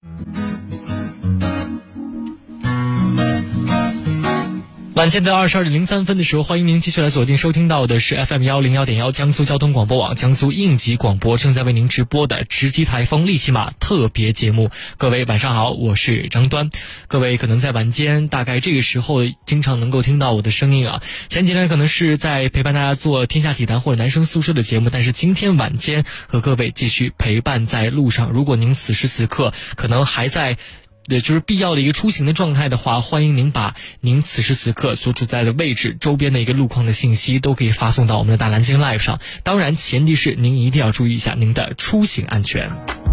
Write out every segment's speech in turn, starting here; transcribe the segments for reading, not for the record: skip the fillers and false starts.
晚间的22:03的时候，欢迎您继续来锁定收听到的是 FM101.1江苏交通广播网江苏应急广播正在为您直播的直击台风利奇马特别节目。各位晚上好，我是张端。各位可能在晚间大概这个时候经常能够听到我的声音啊。前几天可能是在陪伴大家做天下体坛或者男生宿舍的节目，但是今天晚间和各位继续陪伴在路上。如果您此时此刻可能还在就是必要的一个出行的状态的话，欢迎您把您此时此刻所处在的位置周边的一个路况的信息都可以发送到我们的大蓝鲸 Live 上，当然前提是您一定要注意一下您的出行安全。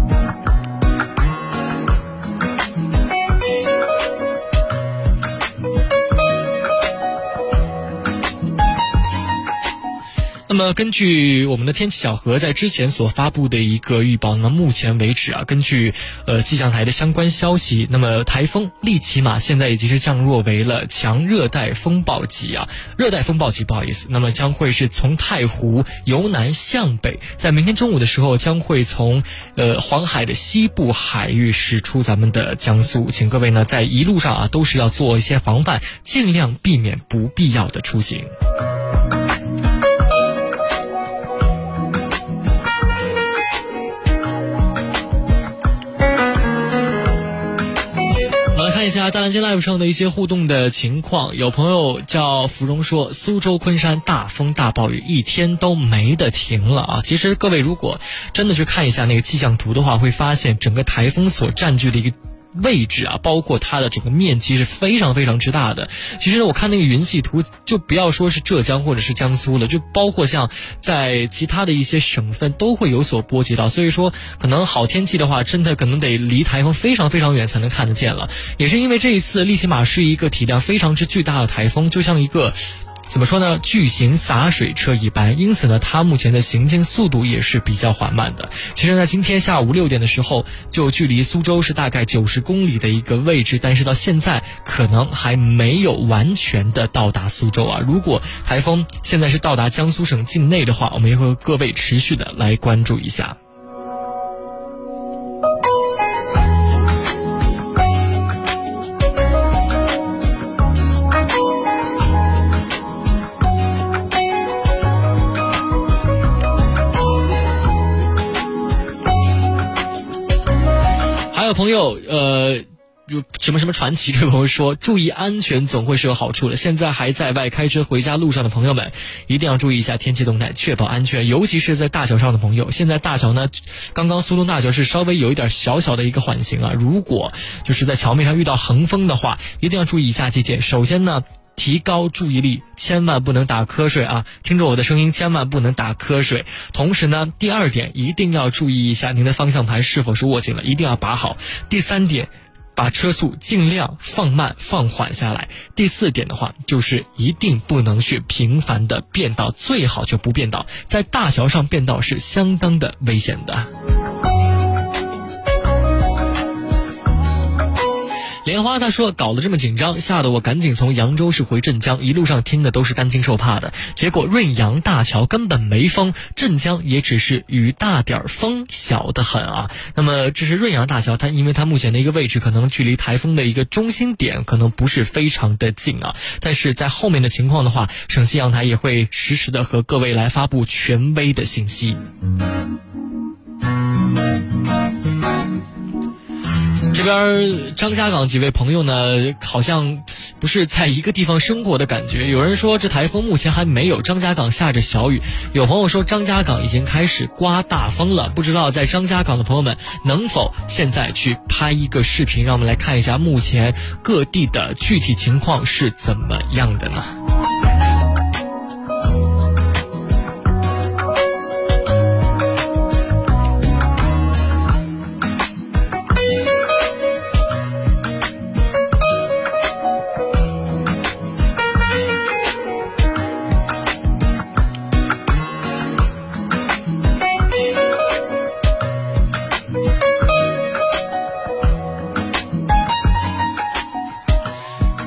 那么根据我们的天气小河在之前所发布的一个预报，那么目前为止啊，根据气象台的相关消息，那么台风利奇马现在已经是降弱为了强热带风暴级啊，热带风暴级不好意思，那么将会是从太湖由南向北，在明天中午的时候将会从黄海的西部海域驶出咱们的江苏，请各位呢在一路上啊都是要做一些防范，尽量避免不必要的出行。看一下大蓝鲸 Live 上的一些互动的情况，有朋友叫芙蓉说苏州昆山大风大暴雨一天都没得停了啊！其实各位如果真的去看一下那个气象图的话，会发现整个台风所占据的一个位置啊，包括它的整个面积是非常非常之大的。其实我看那个云系图，就不要说是浙江或者是江苏了，就包括像在其他的一些省份都会有所波及到。所以说可能好天气的话，真的可能得离台风非常非常远才能看得见了。也是因为这一次利奇马是一个体量非常之巨大的台风，就像一个怎么说呢，巨型洒水车一般，因此呢它目前的行进速度也是比较缓慢的。其实呢今天下午6点的时候就距离苏州是大概90公里的一个位置，但是到现在可能还没有完全的到达苏州啊。如果台风现在是到达江苏省境内的话，我们也会和各位持续的来关注一下。还有朋友有什么传奇，这位朋友说注意安全总会是有好处的，现在还在外开车回家路上的朋友们一定要注意一下天气动态，确保安全，尤其是在大桥上的朋友。现在大桥呢刚刚苏东大桥是稍微有一点小小的一个缓行啊，如果就是在桥面上遇到横风的话，一定要注意以下几点。首先呢，提高注意力，千万不能打瞌睡啊！听着我的声音，千万不能打瞌睡。同时呢，第二点一定要注意一下您的方向盘是否是握紧了，一定要把好。第三点，把车速尽量放慢放缓下来。第四点的话，就是一定不能去频繁的变道，最好就不变道，在大桥上变道是相当的危险的。莲花他说搞得这么紧张，吓得我赶紧从扬州市回镇江，一路上听的都是担惊受怕的，结果润扬大桥根本没风，镇江也只是雨大点风小得很啊。那么这是润扬大桥，它因为它目前的一个位置可能距离台风的一个中心点可能不是非常的近啊，但是在后面的情况的话，省气象台也会实时的和各位来发布权威的信息。这边张家港几位朋友呢，好像不是在一个地方生活的感觉。有人说这台风目前还没有张家港下着小雨，有朋友说张家港已经开始刮大风了。不知道在张家港的朋友们能否现在去拍一个视频，让我们来看一下目前各地的具体情况是怎么样的呢？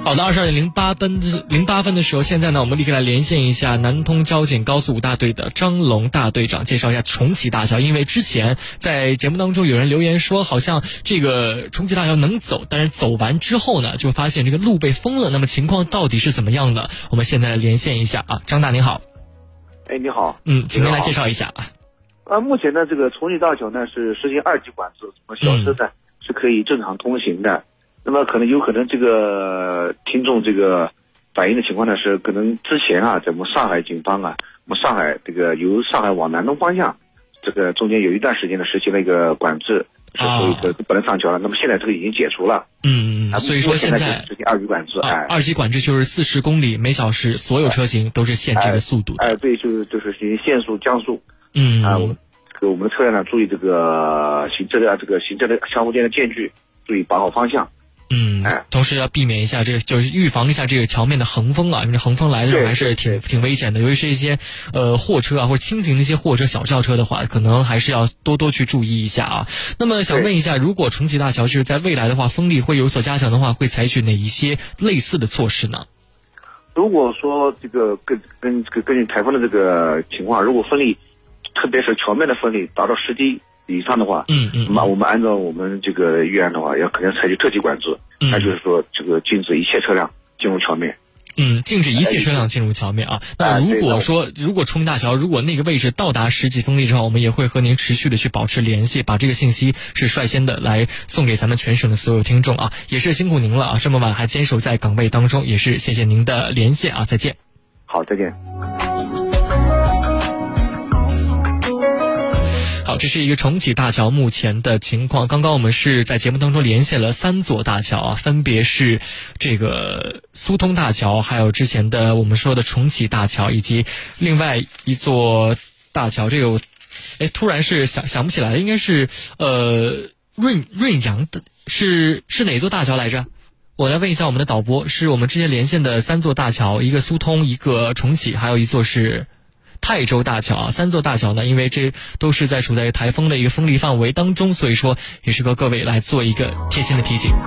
好的，22:08的时候，现在呢，我们立刻来连线一下南通交警高速5大队的张龙大队长，介绍一下重启大桥。因为之前在节目当中有人留言说，好像这个重启大桥能走，但是走完之后呢，就发现这个路被封了。那么情况到底是怎么样的？我们现在来连线一下啊，张大您好。 哎，你好。 请您来介绍一下啊。 目前呢，这个重启大桥呢是实行2级管制，小车呢是可以正常通行的。那么有可能这个听众这个反映的情况呢是，可能之前啊，在我们上海警方啊，我们上海这个由上海往南东方向，这个中间有一段时间呢实行了一个管制，所以不能上桥了。那么现在这个已经解除了。 所以说现在实行2级管制。 2级管制就是40公里每小时，所有车型都是限这个速度的。 对，就是行限速降速。我们的车辆呢注意这个行车的相互间的间距，注意把好方向。 同时要避免一下就是预防一下这个桥面的横风啊，因为横风来的时候还是挺危险的，尤其是一些货车啊或者轻型的一些货车、小轿车的话，可能还是要多去注意一下啊。那么想问一下，如果重启大桥是在未来的话，风力会有所加强的话，会采取哪一些类似的措施呢？ 如果说这个根据台风的这个情况，如果风力，特别是桥面的风力达到10级以上的话，那么我们按照我们这个预案的话，可能采取特级管制，那就是说这个禁止一切车辆进入桥面。 禁止一切车辆进入桥面啊。那如果重启大桥，如果那个位置到达10级风力之后，我们也会和您持续的去保持联系，把这个信息是率先的来送给咱们全省的所有听众啊。也是辛苦您了啊，这么晚还坚守在岗位当中，也是谢谢您的连线啊，再见。 好，再见。 好，这是一个重启大桥目前的情况。刚刚我们是在节目当中连线了3座大桥啊，分别是这个苏通大桥，还有之前的我们说的重启大桥，以及另外一座大桥。这个我突然是想不起来了，应该是润阳的是哪座大桥来着？我来问一下我们的导播，是我们之前连线的3座大桥，一个苏通，一个重启，还有一座是泰州大桥啊。3座大桥呢，因为这都是处在台风的一个风力范围当中，所以说也是和各位来做一个贴心的提醒。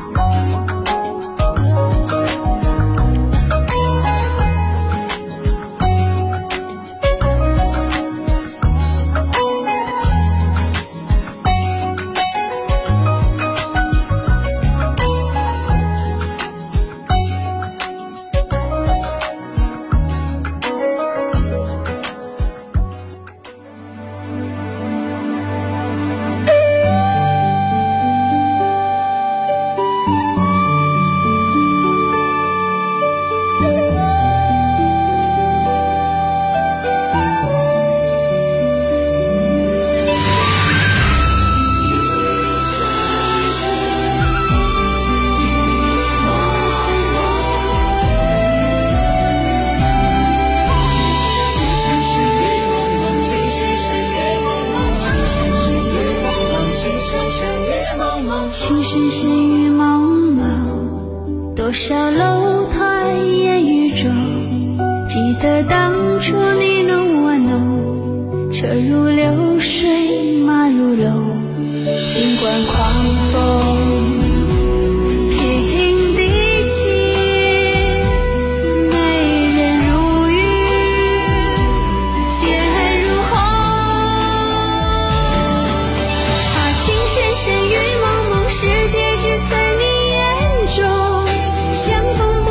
情深深雨茫茫，多少楼台烟雨中，记得当初你侬我侬，车如流水马如龙，尽管狂风世界只在你眼中，相逢。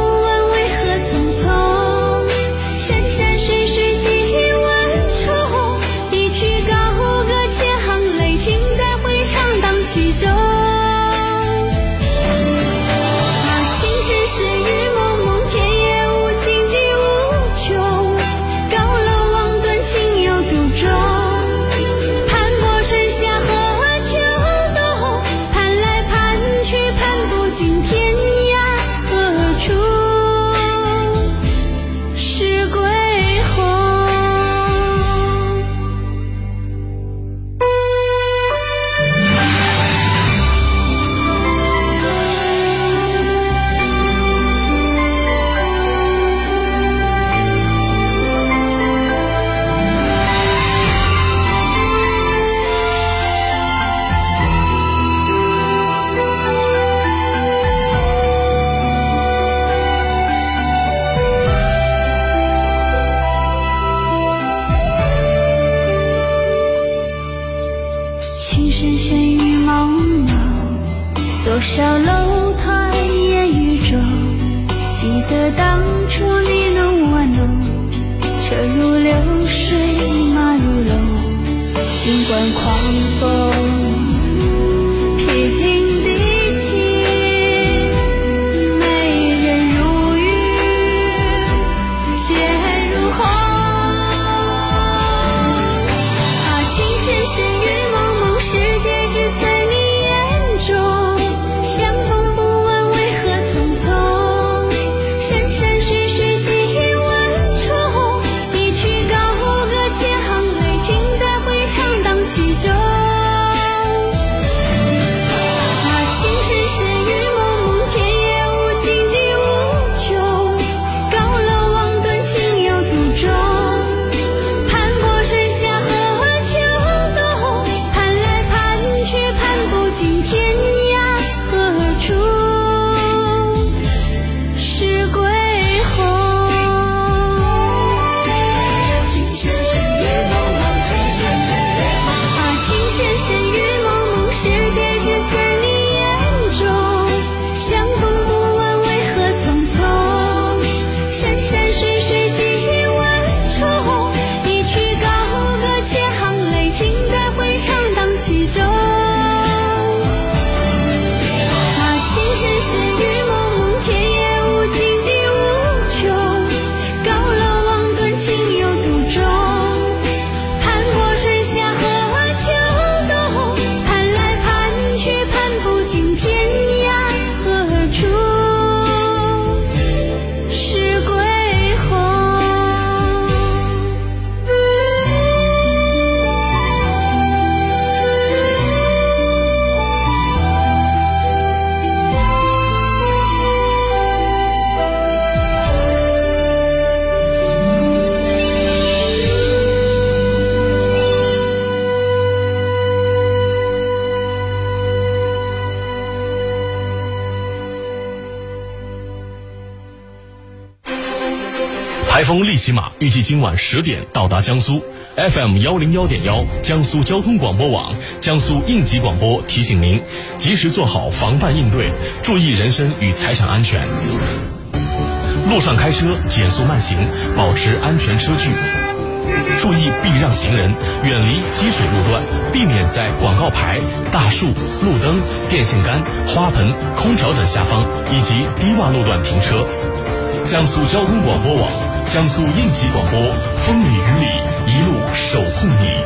少楼台烟雨中，记得当初你能玩弄，车如流水马如龙，尽管狂风批评敌情，美人如玉剑如虹，情深深雨蒙蒙，世界只在你眼中，相逢不问为何匆匆，山山水水几万重，一曲高歌千行泪，情在回肠荡气中。情深深雨蒙蒙，天也无尽地无穷，高楼望断情有独钟，攀过水下河秋冬，攀来攀去攀不尽天涯何处是归鸿。情深深雨蒙蒙，情深深雨蒙蒙，情深深雨蒙蒙，世界只在你眼中，相逢不问为何匆匆，山山水水几万重，一曲高歌千行泪，情在回肠荡气中。情深深雨蒙蒙，天也无尽地无穷，高楼望断情有独钟，攀过水下河秋冬，攀来攀去攀不尽天涯何处是归鸿。 台风利奇马预计今晚10点到达江苏。FM 101.1江苏交通广播网、江苏应急广播提醒您，及时做好防范应对，注意人身与财产安全。路上开车减速慢行，保持安全车距，注意避让行人，远离积水路段，避免在广告牌、大树、路灯、电线杆、花盆、空调等下方以及低洼路段停车。江苏交通广播网、江苏应急广播，风里雨里一路守护你。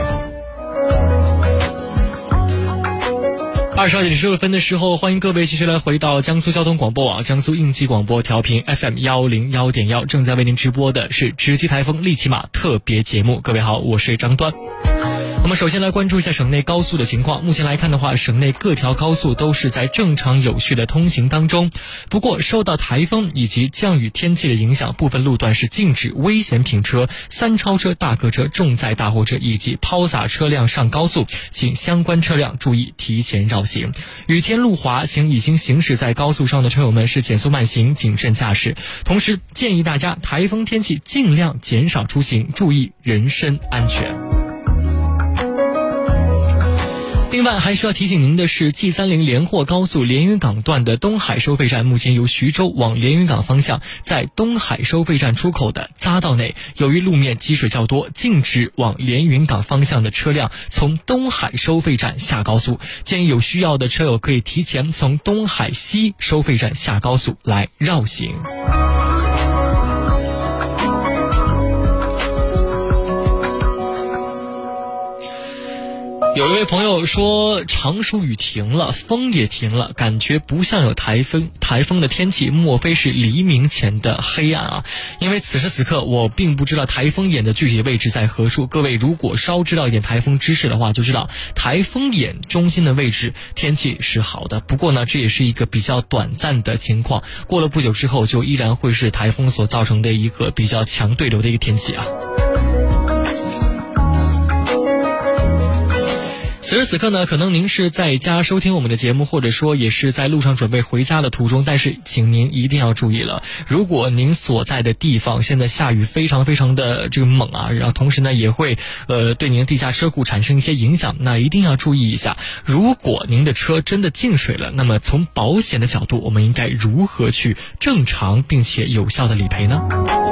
22点15分的时候，欢迎各位继续来回到江苏交通广播网、江苏应急广播调频 FM 101.1，正在为您直播的是直击台风利奇马特别节目。各位好，我是张端。那么首先来关注一下省内高速的情况。目前来看的话，省内各条高速都是在正常有序的通行当中。不过受到台风以及降雨天气的影响，部分路段是禁止危险品车、3超车、大客车、重载大货车以及抛洒车辆上高速，请相关车辆注意提前绕行。雨天路滑，请已经行驶在高速上的车友们是减速慢行，谨慎驾驶。同时建议大家台风天气尽量减少出行，注意人身安全。另外还需要提醒您的是 G30 连霍高速连云港段的东海收费站，目前由徐州往连云港方向，在东海收费站出口的匝道内，由于路面积水较多，禁止往连云港方向的车辆从东海收费站下高速，建议有需要的车友可以提前从东海西收费站下高速来绕行。有一位朋友说，常熟雨停了，风也停了，感觉不像有台风的天气，莫非是黎明前的黑暗啊？因为此时此刻我并不知道台风眼的具体位置在何处，各位如果稍知道一点台风知识的话，就知道台风眼中心的位置天气是好的，不过呢这也是一个比较短暂的情况，过了不久之后就依然会是台风所造成的一个比较强对流的一个天气啊。 此时此刻呢，可能您是在家收听我们的节目，或者说也是在路上准备回家的途中，但是请您一定要注意了，如果您所在的地方现在下雨非常非常的这个猛啊，然后同时呢也会对您的地下车库产生一些影响，那一定要注意一下，如果您的车真的进水了，那么从保险的角度，我们应该如何去正常并且有效的理赔呢？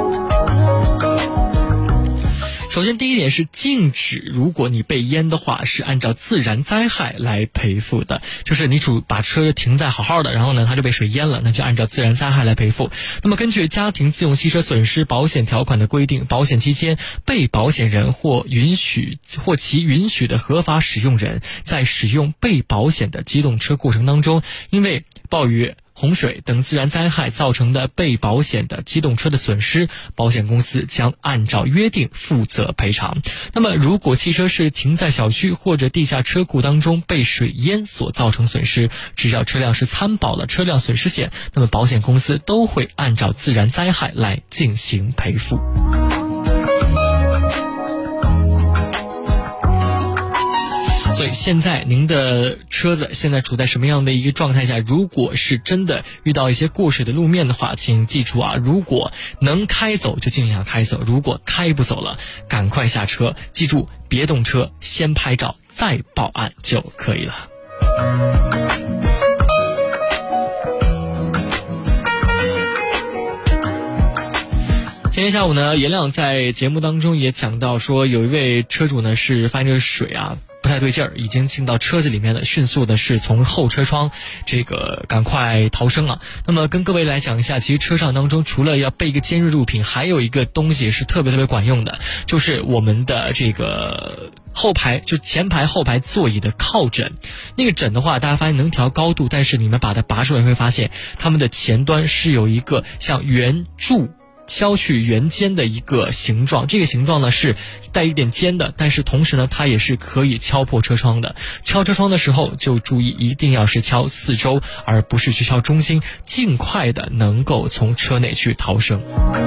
首先第一点是禁止，如果你被淹的话是按照自然灾害来赔付的，就是你把车停在好好的，然后呢它就被水淹了，那就按照自然灾害来赔付。那么根据家庭自用汽车损失保险条款的规定，保险期间被保险人或其允许的合法使用人在使用被保险的机动车过程当中，因为暴雨、洪水等自然灾害造成的被保险的机动车的损失，保险公司将按照约定负责赔偿。那么如果汽车是停在小区或者地下车库当中被水淹所造成损失，只要车辆是参保了车辆损失险，那么保险公司都会按照自然灾害来进行赔付。所以现在您的车子现在处在什么样的一个状态下，如果是真的遇到一些过水的路面的话，请记住啊，如果能开走就尽量开走，如果开不走了赶快下车，记住别动车，先拍照再报案就可以了。今天下午呢，颜亮在节目当中也讲到说，有一位车主呢是发现这个水啊不太对劲儿，已经进到车子里面了，迅速的是从后车窗赶快逃生了。那么跟各位来讲一下，其实车上当中除了要备一个尖锐物品，还有一个东西是特别管用的，就是我们的后排，就前排后排座椅的靠枕。那个枕的话，大家发现能调高度，但是你们把它拔出来会发现，它们的前端是有一个像圆柱削去圆尖的一个形状，这个形状呢是带一点尖的，但是同时呢它也是可以敲破车窗的。敲车窗的时候就注意一定要是敲四周，而不是去敲中心，尽快的能够从车内去逃生。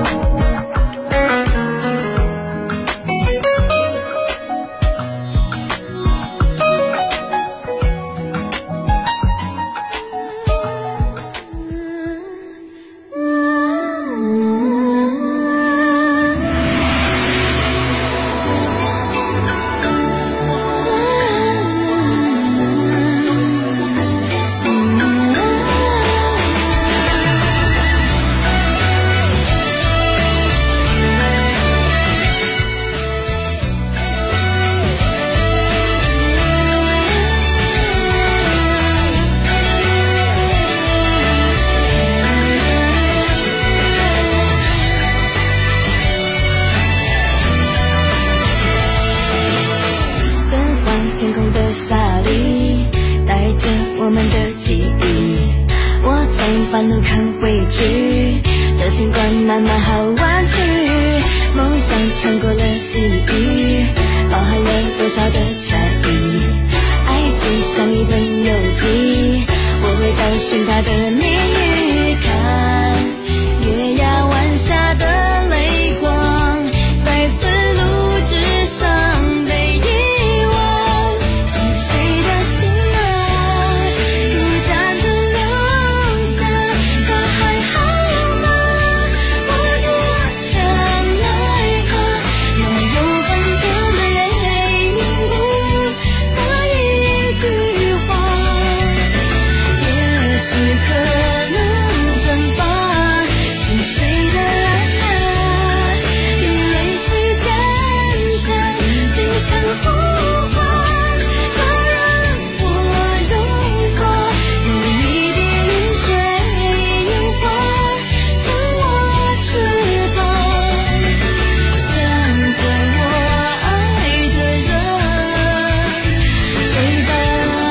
半路看回去，这情关慢慢好弯曲，梦想穿过了细雨，包含了多少的禅意，爱情像一本游记，我会找寻它的谜语，看月牙湾下的泪光在丝路之上被遗忘，是谁的心啊孤单的留下，他还好吗？我多想来看那有斑点的泪目那一句话，也许可能蒸发，是谁的爱与泪水渐渐形成呼唤，就让我用作有一滴雨水樱花成我翅膀，向着我爱的人追赶。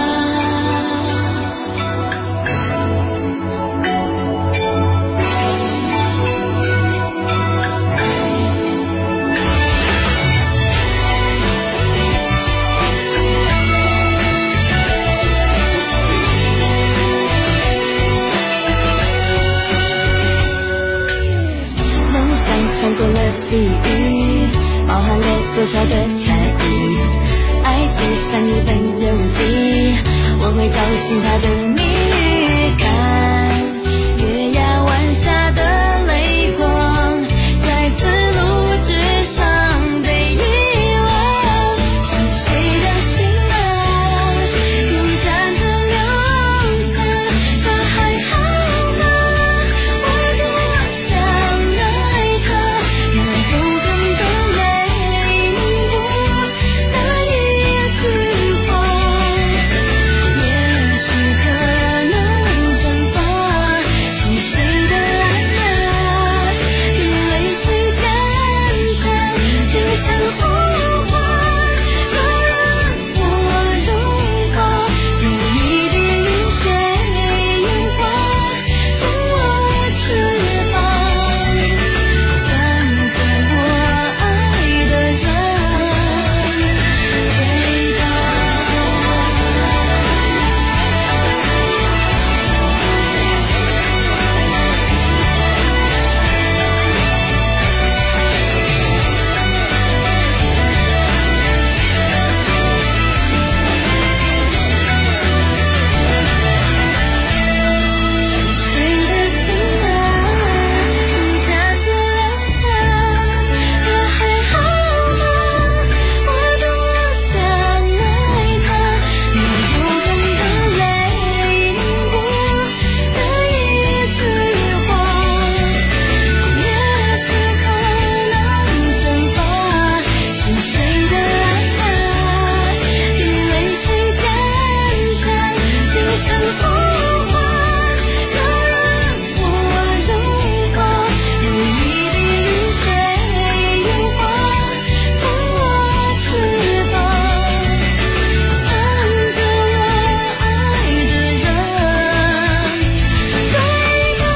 梦想穿过了细雨，包含了多少的禅意，爱情只想一本游记，我会找寻它的谜语，看月牙湾下的泪光在丝路之上被遗忘，是谁的心啊孤单的流向，他还好吗？我多想爱他，那柔更的泪凝固那一句话，也许可能蒸发，是谁的爱啊比泪水坚强，心上火花就让我融化，有一滴雨水樱花成我翅膀，向着我爱的人追赶。是谁的心啊孤单的流向，他还好吗？我多想爱他，那柔更的泪凝固的一句话，也许可能蒸发，是谁的爱啊比泪水坚强，心上火花就让我融化，有一滴雨水樱花成我翅膀，向着我爱的人追赶。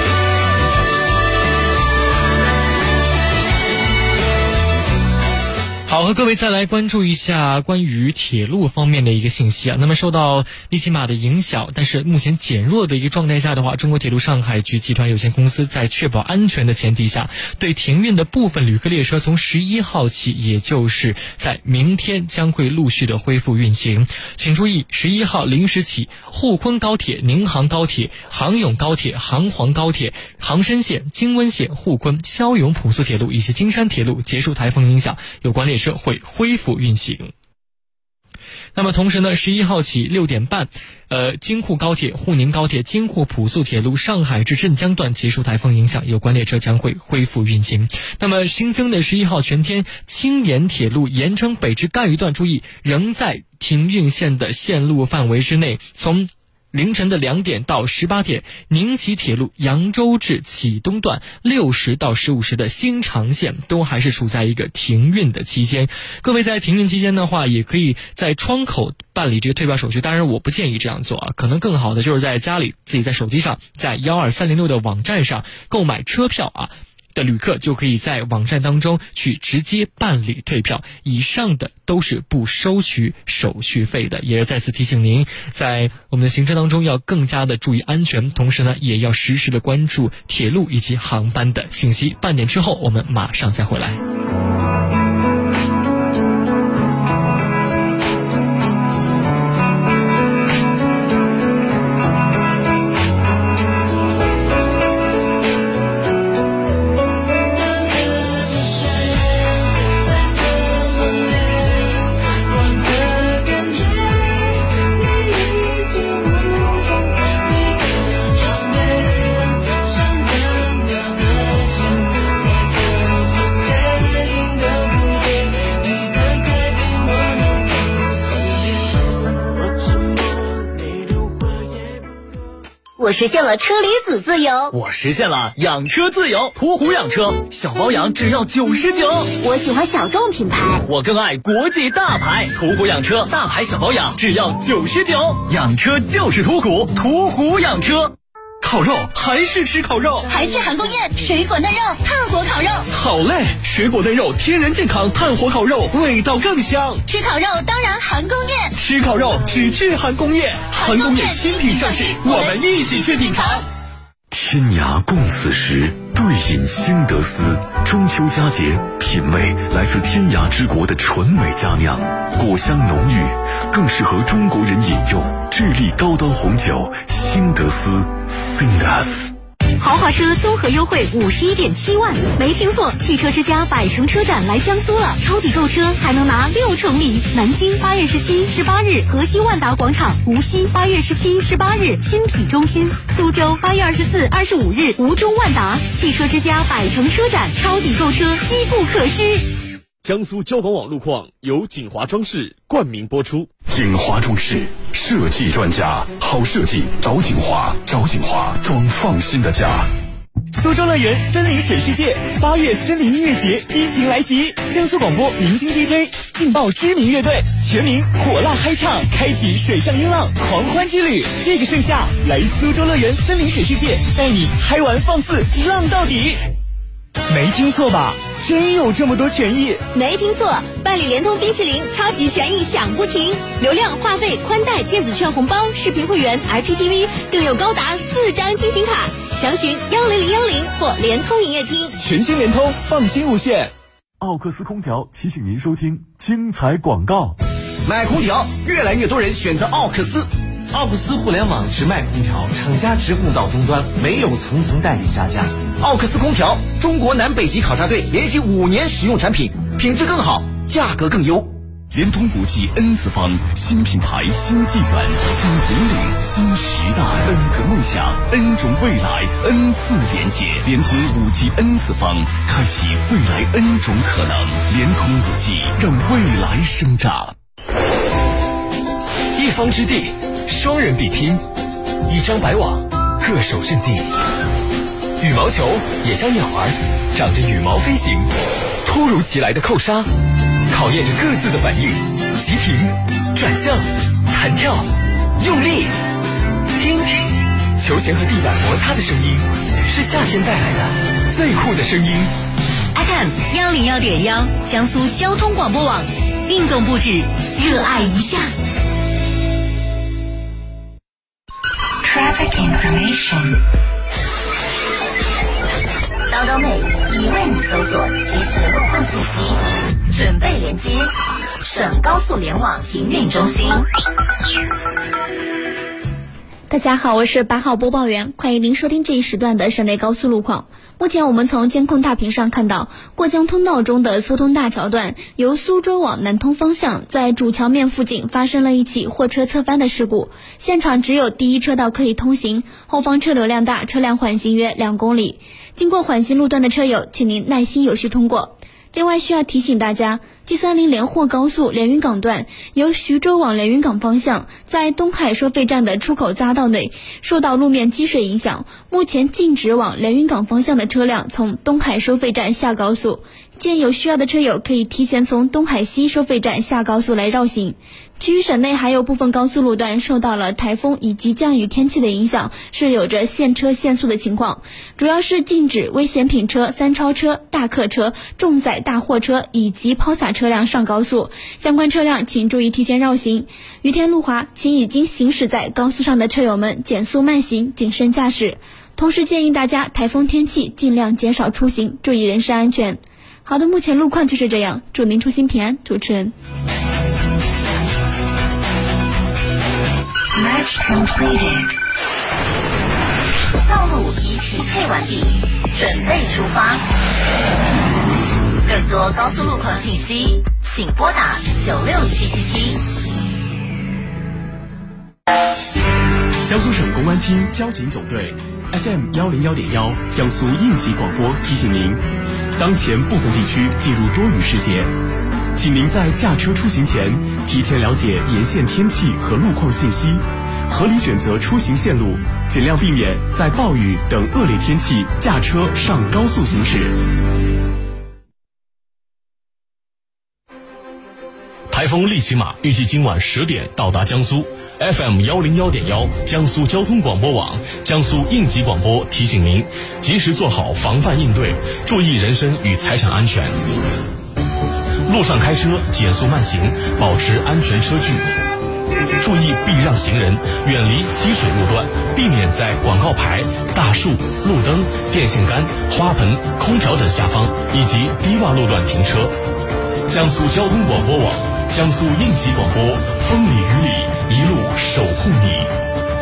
好，和各位再来关注一下关于铁路方面的一个信息啊。那么受到利奇马的影响，但是目前减弱的一个状态下的话，中国铁路上海局集团有限公司在确保安全的前提下，对停运的部分旅客列车从11号起，也就是在明天将会陆续的恢复运行。请注意，11号0时起，沪昆高铁、宁杭高铁、杭甬高铁、杭黄高铁、杭深线、京温线、沪昆、霄甬普速铁路以及京山铁路结束台风影响，有关列车会恢复运行。那么同时呢，11号起6点半，京沪高铁、沪宁高铁、京沪普速铁路上海至镇江段结束台风影响，有关列车将会恢复运行。那么新增的11号全天青沿铁路盐城北至赣榆段，注意仍在停运线的线路范围之内，从凌晨的2点到18点，宁齐铁路扬州至启东段6时到15时的新长线都还是处在一个停运的期间。各位在停运期间的话，也可以在窗口办理这个退票手续，当然我不建议这样做啊，可能更好的就是在家里自己在手机上，在12306的网站上购买车票啊的旅客就可以在网站当中去直接办理退票，以上的都是不收取手续费的。也再次提醒您，在我们的行程当中要更加的注意安全，同时呢也要实时的关注铁路以及航班的信息。半点之后我们马上再回来。 我实现了车厘子自由， 我实现了养车自由。途虎养车，小保养只要99。 我喜欢小众品牌， 我更爱国际大牌。途虎养车，大牌小保养只要99。养车就是途虎，途虎养车。 烤肉还是吃烤肉， 还是韩宫宴，水果嫩肉，炭火烤肉。 好嘞，水果嫩肉，天然健康，炭火烤肉，味道更香。 吃烤肉当然韩宫宴， 吃烤肉只去韩宫宴。韩宫宴新品上市，我们一起去品尝。 天涯共此时，对饮新德斯。中秋佳节，品味来自天涯之国的纯美佳酿，果香浓郁，更适合中国人饮用。智利高端红酒新德斯 Sindas。 豪华车综合优惠51.7万，没听错，汽车之家百城车展来江苏了，抄底购车还能拿6成礼。南京8月17、18日河西万达广场，无锡8月17、18日新体中心，苏州8月24、25日吴中万达。汽车之家百城车展，抄底购车机不可失。 江苏交广网路况由锦华装饰冠名播出。 锦华装饰设计专家，好设计找锦华，找锦华装放心的家。 苏州乐园森林水世界8月森林音乐节激情来袭，江苏广播明星 DJ 劲爆知名乐队，全民火辣嗨唱，开启水上音浪狂欢之旅。这个盛夏，来苏州乐园森林水世界，带你嗨玩放肆浪到底。没听错吧？真有这么多权益？ 没听错，办理联通冰淇淋超级权益享不停，流量、话费、宽带、电子券红包、视频会员、IPTV， 更有高达4张金星卡。详询10010或联通营业厅。 全新联通，放心无限。 奥克斯空调提醒您收听精彩广告。 买空调，越来越多人选择奥克斯。奥克斯互联网直卖空调，厂家直供到终端，没有层层代理下架。奥克斯空调，中国南北极考察队连续5年使用产品，品质更好，价格更优。 联通5G N 次方，新品牌，新纪元，新引领，新时代。N 个梦想， N 种未来， N 次连接。联通5G N 次方，开启未来 N 种可能。联通5G，让未来生长。 一方之地，双人比拼，一张白网，各守阵地。羽毛球也像鸟儿，长着羽毛飞行。突如其来的扣杀，考验着各自的反应，急停、转向、弹跳、用力。听，球前和地板摩擦的声音，是夏天带来的最酷的声音。 FM 101.1，江苏交通广播网，运动不止，热爱一下。 Traffic information。叨叨妹已为你搜索即时路况信息，准备连接省高速联网营运中心。 大家好，我是8号播报员，欢迎您收听这一时段的省内高速路况。目前我们从监控大屏上看到，过江通道中的苏通大桥段由苏州往南通方向，在主桥面附近发生了一起货车侧翻的事故，现场只有第一车道可以通行，后方车流量大，车辆缓行约2公里。经过缓行路段的车友，请您耐心有序通过。另外需要提醒大家，G30连霍高速连云港段由徐州往连云港方向，在东海收费站的出口匝道内受到路面积水影响，目前禁止往连云港方向的车辆从东海收费站下高速，建议有需要的车友可以提前从东海西收费站下高速来绕行。其余省内还有部分高速路段受到了台风以及降雨天气的影响，是有着限车限速的情况，主要是禁止危险品车、3超车、大客车、重载大货车以及抛洒车辆上高速，相关车辆请注意提前绕行。雨天路滑，请已经行驶在高速上的车友们减速慢行，谨慎驾驶。同时建议大家台风天气尽量减少出行，注意人身安全。好的，目前路况就是这样，祝您出行平安。主持人 Match completed。道路已匹配完毕，准备出发。更多高速路况信息，请拨打96777。 江苏省公安厅交警总队 FM 101.1江苏应急广播提醒您，当前部分地区进入多雨时节，请您在驾车出行前提前了解沿线天气和路况信息，合理选择出行线路，尽量避免在暴雨等恶劣天气驾车上高速行驶。 台风利奇马预计今晚10点到达江苏。FM 101.1江苏交通广播网、江苏应急广播提醒您，及时做好防范应对，注意人身与财产安全。路上开车减速慢行，保持安全车距。 注意避让行人，远离积水路段，避免在广告牌、大树、路灯、电线杆、花盆、空调等下方以及低洼路段停车。江苏交通广播网，江苏应急广播，风里雨里一路守护你。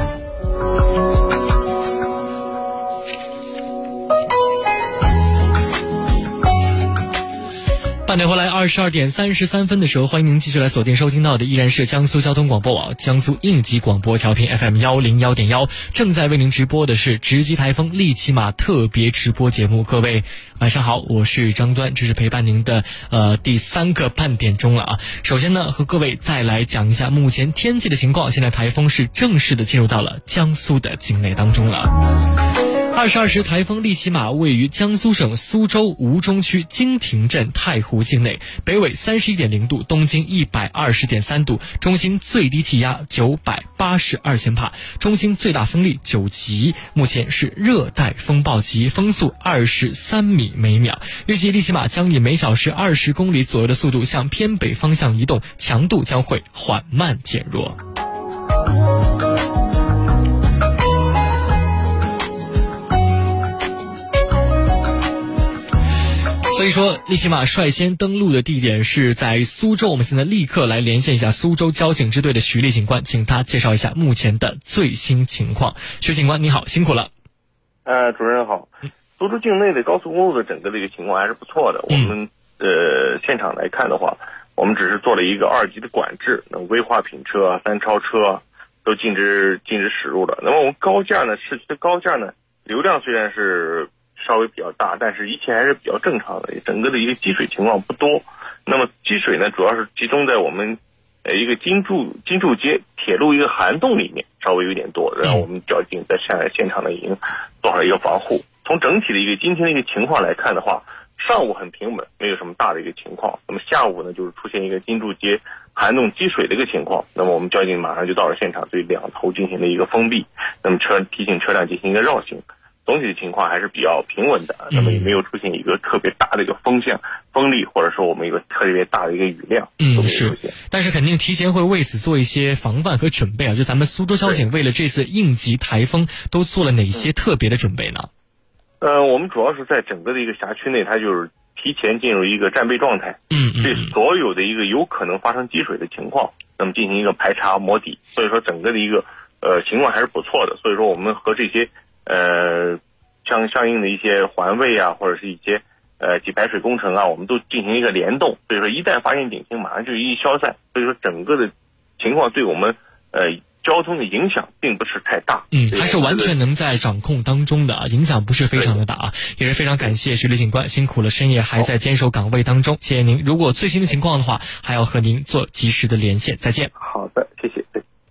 半点回来，22点33分的时候，欢迎您继续来锁定收听到的依然是江苏交通广播网江苏应急广播调频 FM 101.1，正在为您直播的是直击台风利奇马特别直播节目。各位晚上好，我是张端，这是陪伴您的第3个半点钟了啊。首先呢，和各位再来讲一下目前天气的情况。现在台风是正式的进入到了江苏的境内当中了。22时台风利奇马位于江苏省苏州吴中区金亭镇太湖境内，北纬31.0度，东经120.3度，中心最低气压982千帕，中心最大风力9级，目前是热带风暴级，风速23米每秒。预计利奇马将以每小时20公里左右的速度向偏北方向移动，强度将会缓慢减弱。所以说利奇马率先登陆的地点是在苏州，我们现在立刻来连线一下苏州交警支队的徐立警官，请他介绍一下目前的最新情况。徐警官你好，辛苦了。 主任好。苏州境内的高速公路的整个的一个情况还是不错的。我们现场来看的话，我们只是做了一个2级的管制，那危化品车啊、3超车啊都禁止驶入了。那么我们高架呢，市区的高架呢，流量虽然是稍微比较大，但是一切还是比较正常的，整个的一个积水情况不多。那么积水呢，主要是集中在我们一个金柱街铁路一个涵洞里面，稍微有点多，然后我们交警在现场呢已经做好一个防护。从整体的一个今天的一个情况来看的话，上午很平稳，没有什么大的一个情况。那么下午呢，就是出现一个金柱街涵洞积水的一个情况。那么我们交警马上就到了现场，对两头进行了一个封闭，那么提醒车辆进行一个绕行。总体的情况还是比较平稳的，那么也没有出现一个特别大的一个风力，或者说我们一个特别大的一个雨量。 是，但是肯定提前会为此做一些防范和准备啊。就咱们苏州交警为了这次应急台风都做了哪些特别的准备呢？ 我们主要是在整个的一个辖区内，它就是提前进入一个战备状态，对所有的一个有可能发生积水的情况，那么进行一个排查摸底。所以说整个的一个情况还是不错的。所以说我们和这些相应的一些环卫啊，或者是一些给排水工程啊，我们都进行一个联动。所以说一旦发现警情，马上就一消散。所以说整个的情况对我们交通的影响并不是太大， 还是完全能在掌控当中的啊，影响不是非常的大啊。也是非常感谢徐立警官辛苦了，深夜还在坚守岗位当中，谢谢您。如果最新的情况的话，还要和您做及时的连线。再见。 好的，谢谢。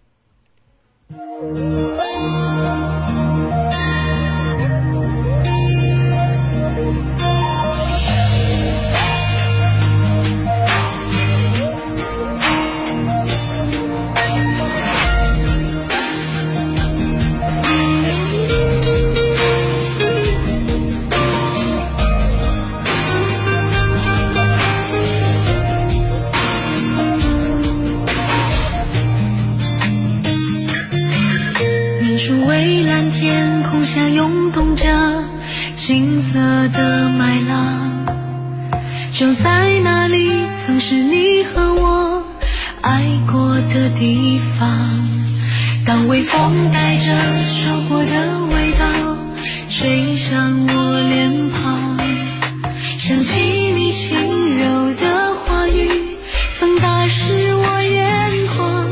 下涌动着金色的麦浪，就在那里曾是你和我爱过的地方。当微风带着收获的味道吹向我脸庞，想起你轻柔的话语曾打湿我眼眶。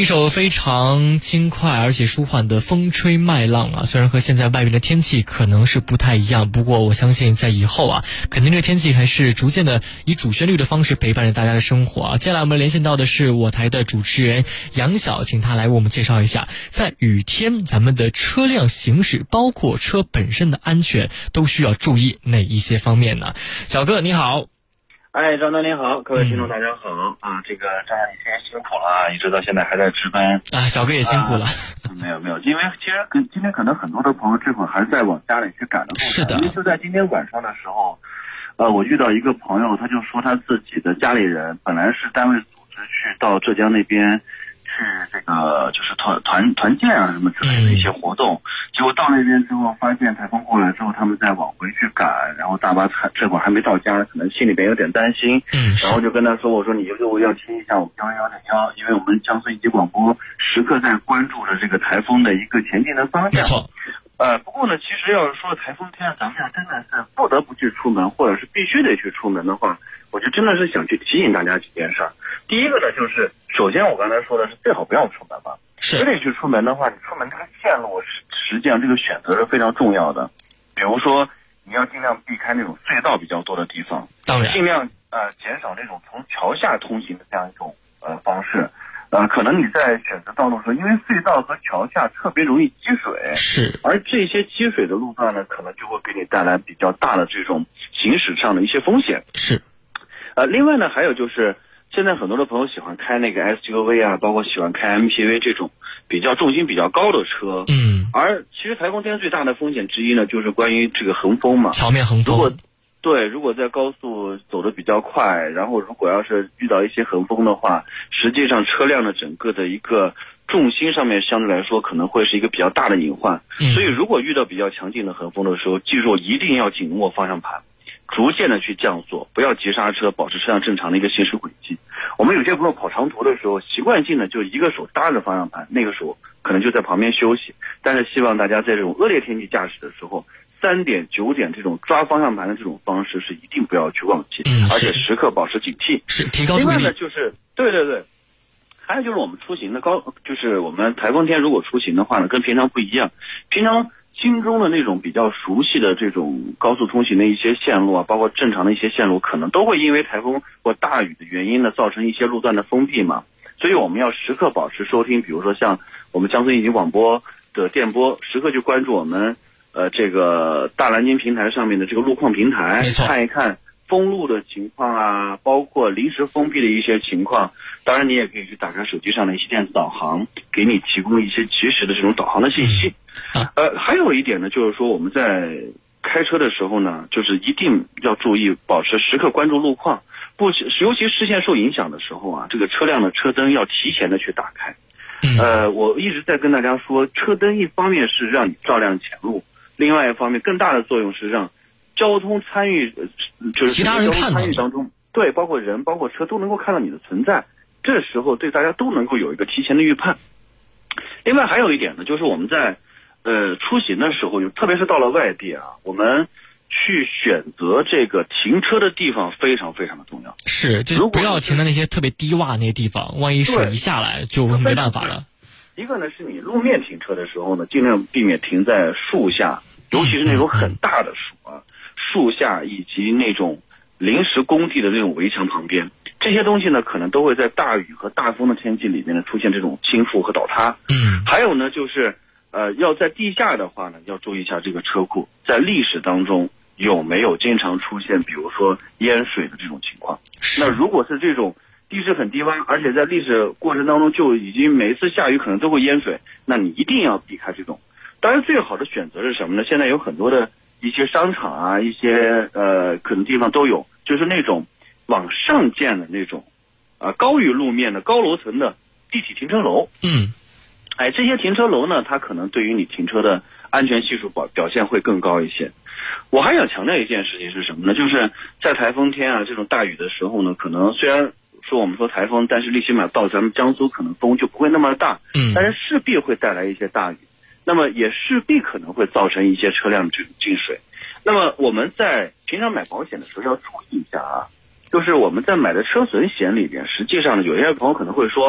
首非常轻快而且舒缓的《风吹麦浪》啊，虽然和现在外面的天气可能是不太一样，不过我相信在以后啊，肯定这个天气还是逐渐的以主旋律的方式陪伴着大家的生活啊。接下来我们连线到的是我台的主持人杨晓，请他来为我们介绍一下，在雨天咱们的车辆行驶，包括车本身的安全，都需要注意哪一些方面呢？小哥你好。 张丹您好，各位听众大家好啊！这个张丹你今天辛苦了啊，一直到现在还在值班啊，小哥也辛苦了。 没有，因为其实今天可能很多的朋友这会儿还是在往家里去赶的路上。 是的。 因为就在今天晚上的时候，我遇到一个朋友，他就说他自己的家里人本来是单位组织去到浙江那边去这个就是团建啊什么之类的一些活动，结果到那边之后发现台风过来之后，他们再往回去赶，然后大巴这会儿还没到家，可能心里边有点担心。然后就跟他说，我说你就要听一下我们111.1，因为我们江苏应急广播时刻在关注着这个台风的一个前进的方向。 没错。 不过呢，其实要是说台风天咱们要真的是不得不去出门，或者是必须得去出门的话，我就真的是想去提醒大家几件事儿。第一个呢，就是首先我刚才说的是最好不要出门吧。 是。 非得去出门的话，你出门这个线路实际上这个选择是非常重要的。比如说你要尽量避开那种隧道比较多的地方， 当然尽量减少那种从桥下通行的这样一种方式。可能你在选择道路的时候，因为隧道和桥下特别容易积水， 是， 而这些积水的路段呢，可能就会给你带来比较大的这种行驶上的一些风险。 是， 另外呢，还有就是现在很多的朋友喜欢开那个 SUV 啊，包括喜欢开 MPV 这种比较重心比较高的车。而其实台风天最大的风险之一呢，就是关于这个横风嘛， 桥面横风。 如果在高速走得比较快，然后如果要是遇到一些横风的话，实际上车辆的整个的一个重心上面相对来说可能会是一个比较大的隐患。所以如果遇到比较强劲的横风的时候，记住一定要紧握方向盘，逐渐的去降速，不要急刹车，保持车辆正常的一个行驶轨迹。我们有些朋友跑长途的时候，习惯性的就一个手搭着方向盘，那个手可能就在旁边休息。但是希望大家在这种恶劣天气驾驶的时候，3点9点这种抓方向盘的这种方式是一定不要去忘记，而且时刻保持警惕， 是提高注意力。 另外呢，就是对，还有就是我们出行的就是我们台风天如果出行的话呢，跟平常不一样。平常心中的那种比较熟悉的这种高速通行的一些线路啊，包括正常的一些线路，可能都会因为台风或大雨的原因呢，造成一些路段的封闭嘛。所以我们要时刻保持收听，比如说像我们江苏应急广播的电波，时刻去关注我们这个大蓝鲸平台上面的这个路况平台，看一看封路的情况啊，包括临时封闭的一些情况。当然你也可以去打开手机上的一些电子导航，给你提供一些及时的这种导航的信息。还有一点呢，就是说我们在开车的时候呢，就是一定要注意保持时刻关注路况，尤其视线受影响的时候啊，这个车辆的车灯要提前的去打开。我一直在跟大家说，车灯一方面是让你照亮前路，另外一方面更大的作用是让交通参与，就是其他人看到参与当中，对，包括人包括车都能够看到你的存在，这时候对大家都能够有一个提前的预判。另外还有一点呢，就是我们在出行的时候，特别是到了外地啊，我们去选择这个停车的地方非常非常的重要。 是，就是不要停在那些特别低洼那些地方，万一水一下来就没办法了。 一个呢是你路面停车的时候呢，尽量避免停在树下，尤其是那种很大的树啊，树下以及那种临时工地的那种围墙旁边，这些东西呢可能都会在大雨和大风的天气里面呢出现这种倾覆和倒塌。还有呢就是要在地下的话呢，要注意一下这个车库在历史当中有没有经常出现比如说淹水的这种情况。那如果是这种地势很低洼，而且在历史过程当中就已经每一次下雨可能都会淹水，那你一定要避开这种。当然最好的选择是什么呢？现在有很多的一些商场啊，一些可能地方都有，就是那种往上建的那种高于路面的高楼层的地体停车楼。这些停车楼呢，它可能对于你停车的安全系数表现会更高一些。我还想强调一件事情是什么呢？就是在台风天啊这种大雨的时候呢，可能虽然说我们说台风，但是最起码到咱们江苏可能风就不会那么大，但是势必会带来一些大雨，那么也势必可能会造成一些车辆这种进水。那么我们在平常买保险的时候要注意一下啊，就是我们在买的车损险里边，实际上呢有些朋友可能会说，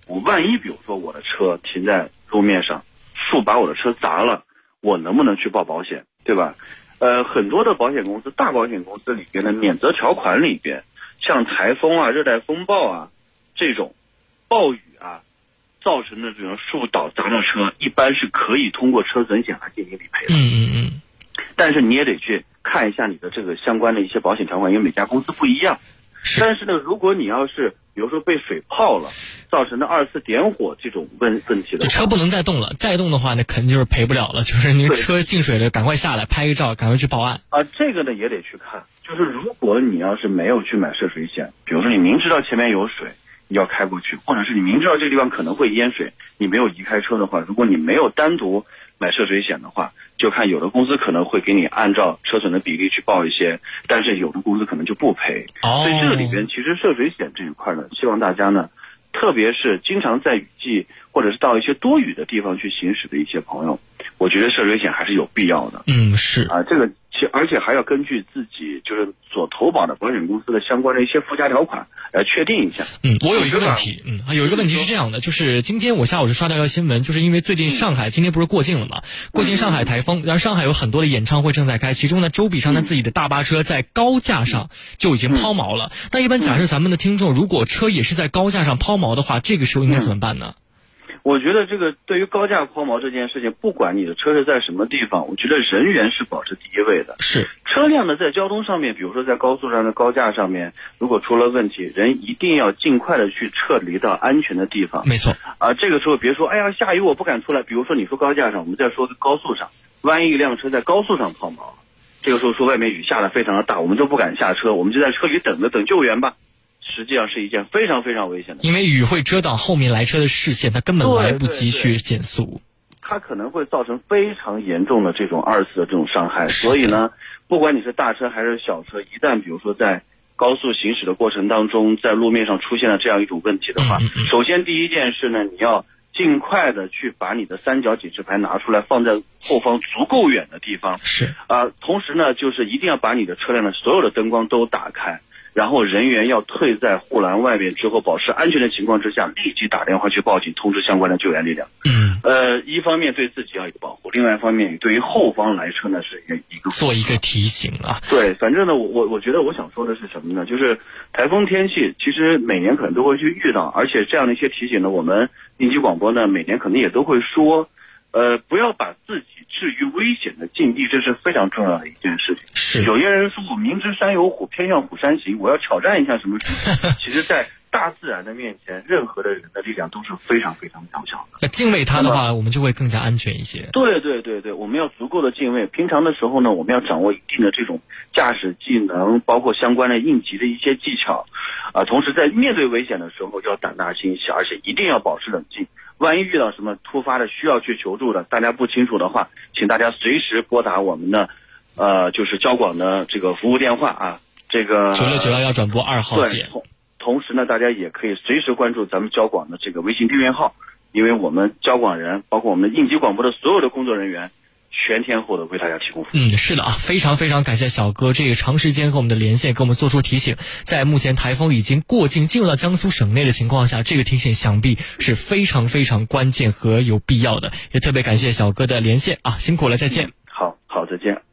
我万一比如说我的车停在路面上，树把我的车砸了，我能不能去报保险，对吧？很多的保险公司，大保险公司里边的免责条款里边，像台风啊、热带风暴啊这种暴雨啊造成的这种树倒砸到车，一般是可以通过车损险来进行理赔的。但是你也得去看一下你的这个相关的一些保险条款，因为每家公司不一样。但是呢，如果你要是比如说被水泡了，造成的2次点火这种问题的话， 车不能再动了，再动的话那肯定就是赔不了了，就是您车进水了，赶快下来拍个照，赶快去报案啊。这个呢也得去看，就是如果你要是没有去买涉水险，比如说你明知道前面有水你要开过去，或者是你明知道这个地方可能会淹水，你没有移开车的话，如果你没有单独买涉水险的话，就看有的公司可能会给你按照车损的比例去报一些，但是有的公司可能就不赔。所以这个里边其实涉水险这一块呢，希望大家呢，特别是经常在雨季或者是到一些多雨的地方去行驶的一些朋友，我觉得涉水险还是有必要的。 是啊，这个而且还要根据自己就是所投保的保险公司的相关的一些附加条款来确定一下。 我有一个问题，有一个问题是这样的，就是今天我下午是刷到一条新闻，就是因为最近上海今天不是过境了嘛，过境上海台风，然后上海有很多的演唱会正在开，其中呢周笔畅他自己的大巴车在高架上就已经抛锚了。那一般假设咱们的听众如果车也是在高架上抛锚的话，这个时候应该怎么办呢？ 我觉得这个对于高架抛锚这件事情，不管你的车是在什么地方，我觉得人员是保持第一位的。 是车辆呢，在交通上面，比如说在高速上的高架上面，如果出了问题，人一定要尽快的去撤离到安全的地方。 没错啊，这个时候别说，哎呀，下雨我不敢出来。比如说你说高架上，我们再说高速上，万一一辆车在高速上抛锚了，这个时候说外面雨下得非常的大，我们就不敢下车，我们就在车里等救援吧。实际上是一件非常非常危险的， 因为雨会遮挡后面来车的视线，它根本来不及去减速， 它可能会造成非常严重的这种2次的这种伤害。所以呢，不管你是大车还是小车，一旦比如说在高速行驶的过程当中，在路面上出现了这样一种问题的话，首先第一件事呢，你要尽快的去把你的3角警示牌拿出来，放在后方足够远的地方。同时呢，就是一定要把你的车辆的所有的灯光都打开。然后人员要退在护栏外面之后，保持安全的情况之下，立即打电话去报警，通知相关的救援力量。一方面对自己要有保护，另外一方面对于后方来车呢是一个做一个提醒啊。 对，反正呢，我觉得我想说的是什么呢？就是台风天气其实每年可能都会去遇到，而且这样的一些提醒呢，我们应急广播呢每年可能也都会说。不要把自己置于危险的境地，这是非常重要的一件事情。有些人说我明知山有虎，偏向虎山行，我要挑战一下什么事情？其实，在大自然的面前，任何的人的力量都是非常非常渺小的。 那敬畏它的话，我们就会更加安全一些。 对，我们要足够的敬畏。平常的时候呢，我们要掌握一定的这种驾驶技能，包括相关的应急的一些技巧。同时在面对危险的时候要胆大心细，而且一定要保持冷静。万一遇到什么突发的需要去求助的，大家不清楚的话，请大家随时拨打我们的就是交广的这个服务电话啊，这个 9691转播2号键。 同时呢，大家也可以随时关注咱们交广的这个微信订阅号，因为我们交广人，包括我们的应急广播的所有的工作人员，全天候的为大家提供服务。 是的啊，非常非常感谢小哥这个长时间和我们的连线，给我们做出提醒。在目前台风已经过境进入到江苏省内的情况下，这个提醒想必是非常非常关键和有必要的。也特别感谢小哥的连线啊，辛苦了，再见。 好，再见。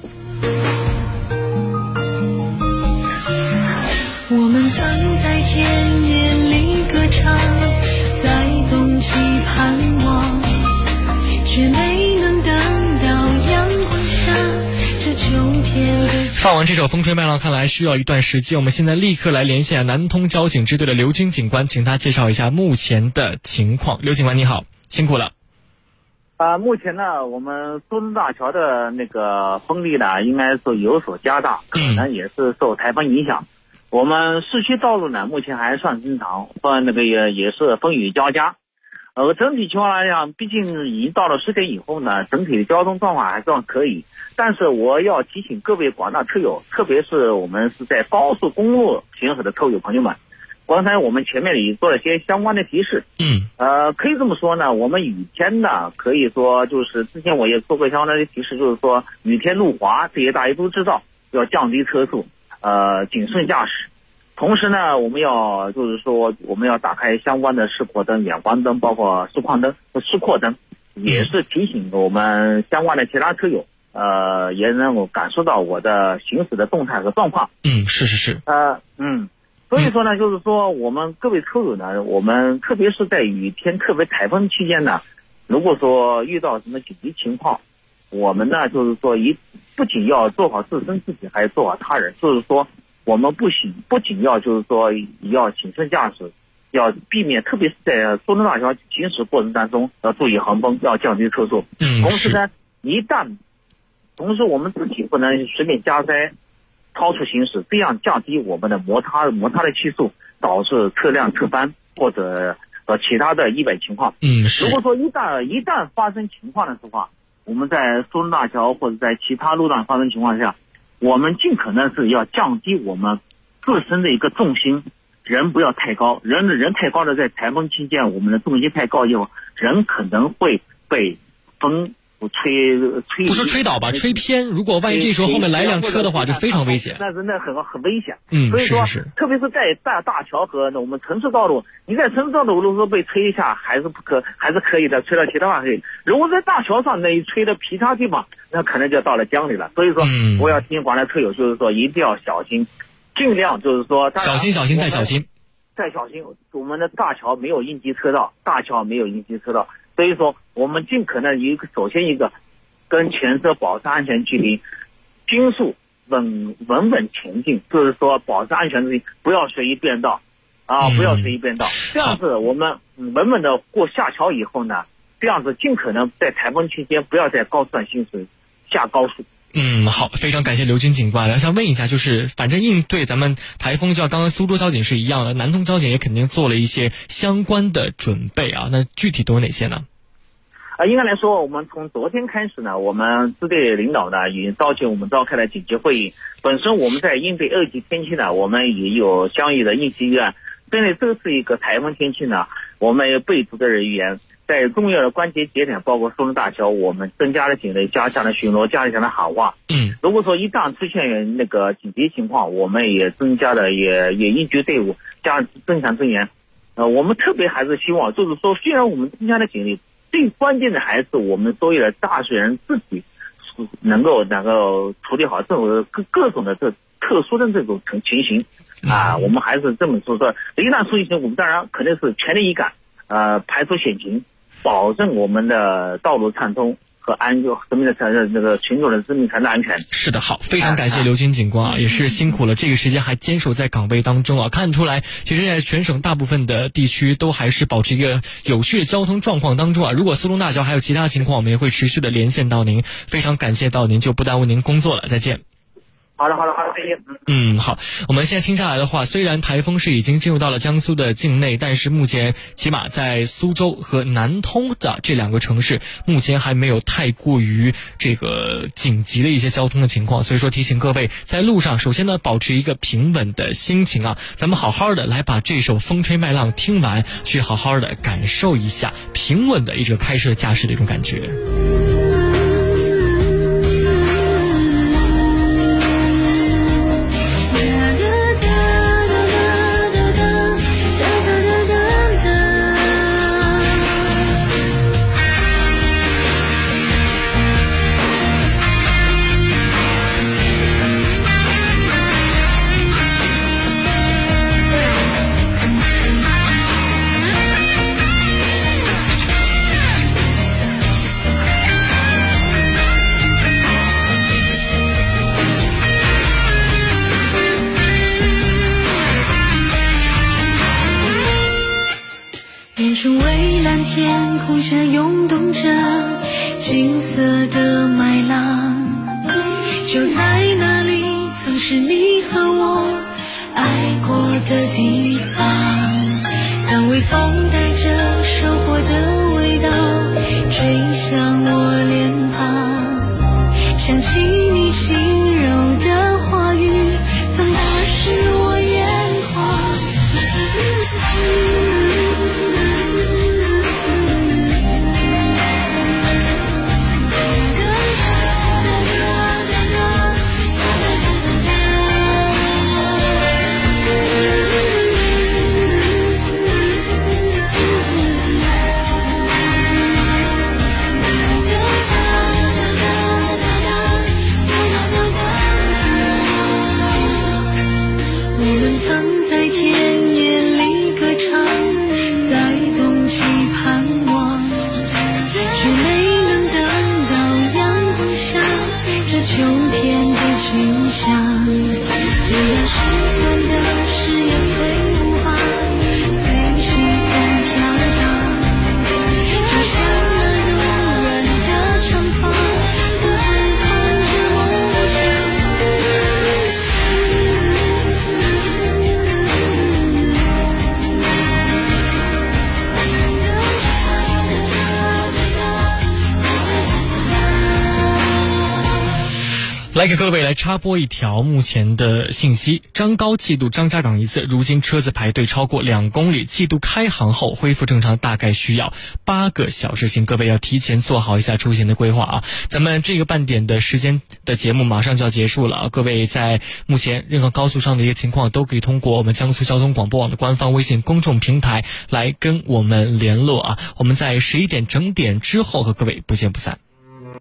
我们曾在田野里歌唱，在冬季盼望，却没能等到阳光下这秋天的。 放完这首风吹麦浪，看来需要一段时间。我们现在立刻来连线南通交警支队的刘军警官，请他介绍一下目前的情况。刘警官你好，辛苦了。 目前呢，我们苏东大桥的那个风力呢，应该是有所加大，可能也是受台风影响。我们市区道路呢，目前还算正常，也是风雨交加。整体情况来讲，毕竟已经到了10点以后呢，整体的交通状况还算可以。但是我要提醒各位广大车友，特别是我们是在高速公路行驶的车友朋友们，刚才我们前面也做了一些相关的提示。可以这么说呢，我们雨天呢，可以说就是之前我也做过相关的提示，就是说雨天路滑这些大家都知道，要降低车速，谨慎驾驶。 同时呢，我们要打开相关的示廓灯、远光灯，包括示廓灯，也是提醒我们相关的其他车友，也能够感受到我的行驶的动态和状况。 是。 所以说呢，就是说我们各位车友呢，我们特别是在雨天、特别台风期间呢，如果说遇到什么紧急情况，我们呢就是说不仅要做好自身自己，还要做好他人。就是说我们不仅要就是说要谨慎驾驶，要避免，特别是在苏州大桥行驶过程当中要注意横风，要降低车速。同时呢，同时我们自己不能随便加塞超速行驶，这样降低我们的摩擦的系数，导致车辆侧翻或者其他的意外情况。如果说一旦发生情况的话，我们在苏州大桥或者在其他路段发生情况下，我们尽可能是要降低我们自身的一个重心，人不要太高，人太高的，在台风期间我们的重心太高以后，人可能会被风不说吹倒吧，吹偏。如果万一这时候后面来一辆车的话，就非常危险。 那真的很危险。 所以说特别是在大桥和我们城市道路，你在城市道路如果说被吹一下还是可以的，吹到其他地方可以。如果在大桥上那一吹的其他地方，那可能就到了江里了。所以说我要提醒广大车友，就是说一定要小心，尽量就是说小心再小心。 我们的大桥没有应急车道，所以说我们尽可能首先跟前车保持安全距离，均速稳前进，就是说保持安全距离，不要随意变道不要随意变道。这样子我们稳的过下桥以后呢，这样子尽可能在台风期间不要在高速上行驶下高速。 好，非常感谢刘军警官。想问一下，就是反正应对咱们台风，就像刚刚苏州交警是一样的，南通交警也肯定做了一些相关的准备啊。那具体都有哪些呢？ 应该来说，我们从昨天开始呢，我们支队领导呢已经我们召开了紧急会议。本身我们在应对2级天气呢，我们也有相应的应急预案。针对这次一个台风天气呢，我们有备足的人员，在重要的关节节点，包括苏州大桥，我们增加了警力，加强了巡逻，加强了喊话。如果说一旦出现那个紧急情况，我们也增加了也应急队伍增强增援。我们特别还是希望，就是说虽然我们增加了警力，最关键的还是我们所有的驾驶人自己能够处理好这种各种的这特殊的这种情形我们还是这么说，一旦出现，我们当然肯定是全力以赶，排除险情，保证我们的道路畅通和群众的生命财产安全。 是的，好，非常感谢刘军警官也是辛苦了，这个时间还坚守在岗位当中看出来，其实在全省大部分的地区都还是保持一个有序的交通状况当中如果苏州大桥还有其他情况，我们也会持续的连线到您。非常感谢到您，就不耽误您工作了，再见。 好的，再见。 好，我们现在听下来的话，虽然台风是已经进入到了江苏的境内，但是目前起码在苏州和南通的这两个城市，目前还没有太过于这个紧急的一些交通的情况，所以说提醒各位在路上，首先呢保持一个平稳的心情咱们好好的来把这首《风吹麦浪》听完，去好好的感受一下平稳的一个开车驾驶的一种感觉。 天空下涌动着金色的麦浪，就在那里曾是你和我爱过的地方。当微风带着收获的味道吹向我脸庞，想起你轻柔的话语曾打湿我眼眶。 来给各位来插播一条目前的信息：张高气度张家港一次，如今车子排队超过2公里，气度开行后恢复正常大概需要8个小时，请各位要提前做好一下出行的规划啊！咱们这个半点的时间的节目马上就要结束了，各位在目前任何高速上的一些情况都可以通过我们江苏交通广播网的官方微信公众平台来跟我们联络啊！我们在11点整点之后和各位不见不散。